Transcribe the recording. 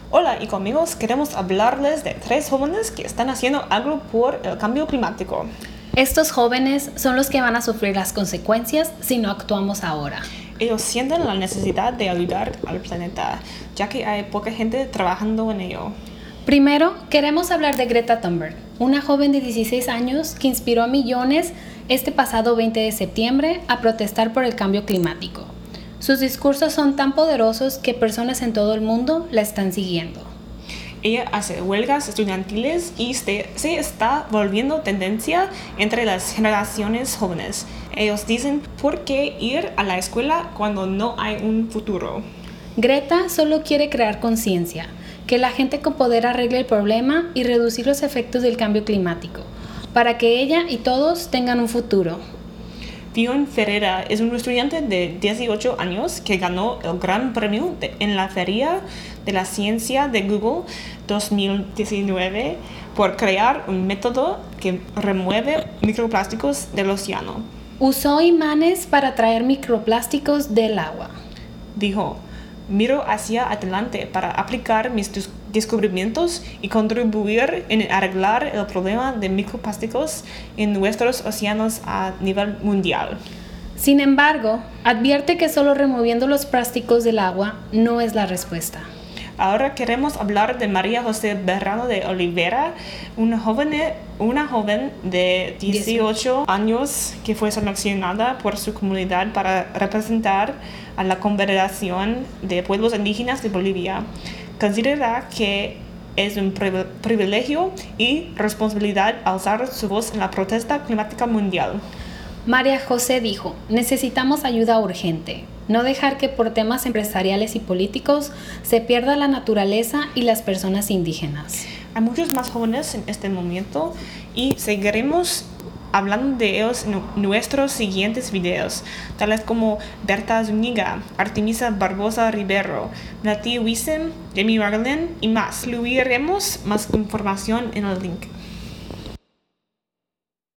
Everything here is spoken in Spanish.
Hola y conmigo queremos hablarles de 3 jóvenes que están haciendo algo por el cambio climático. Estos jóvenes son los que van a sufrir las consecuencias si no actuamos ahora. Ellos sienten la necesidad de ayudar al planeta, ya que hay poca gente trabajando en ello. Primero, queremos hablar de Greta Thunberg, una joven de 16 años que inspiró a millones este pasado 20 de septiembre a protestar por el cambio climático. Sus discursos son tan poderosos que personas en todo el mundo la están siguiendo. Ella hace huelgas estudiantiles y se está volviendo tendencia entre las generaciones jóvenes. Ellos dicen, ¿por qué ir a la escuela cuando no hay un futuro? Greta solo quiere crear conciencia, que la gente con poder arregle el problema y reducir los efectos del cambio climático, para que ella y todos tengan un futuro. Dion Ferreira es un estudiante de 18 años que ganó el gran premio en la Feria de la Ciencia de Google 2019 por crear un método que remueve microplásticos del océano. Usó imanes para traer microplásticos del agua. Dijo, miro hacia adelante para aplicar mis descubrimientos y contribuir en arreglar el problema de microplásticos en nuestros océanos a nivel mundial. Sin embargo, advierte que solo removiendo los plásticos del agua no es la respuesta. Ahora queremos hablar de María José Berrano de Oliveira, una joven de 18 años que fue seleccionada por su comunidad para representar a la Confederación de Pueblos Indígenas de Bolivia. Considera que es un privilegio y responsabilidad alzar su voz en la protesta climática mundial. María José dijo, necesitamos ayuda urgente. No dejar que por temas empresariales y políticos se pierda la naturaleza y las personas indígenas. Hay muchos más jóvenes en este momento y seguiremos hablando de ellos en nuestros siguientes videos, tales como Berta Zúñiga, Artemisa Barbosa Rivero, Nati Wiesem, Jamie Ragland y más. Incluiremos más información en el link.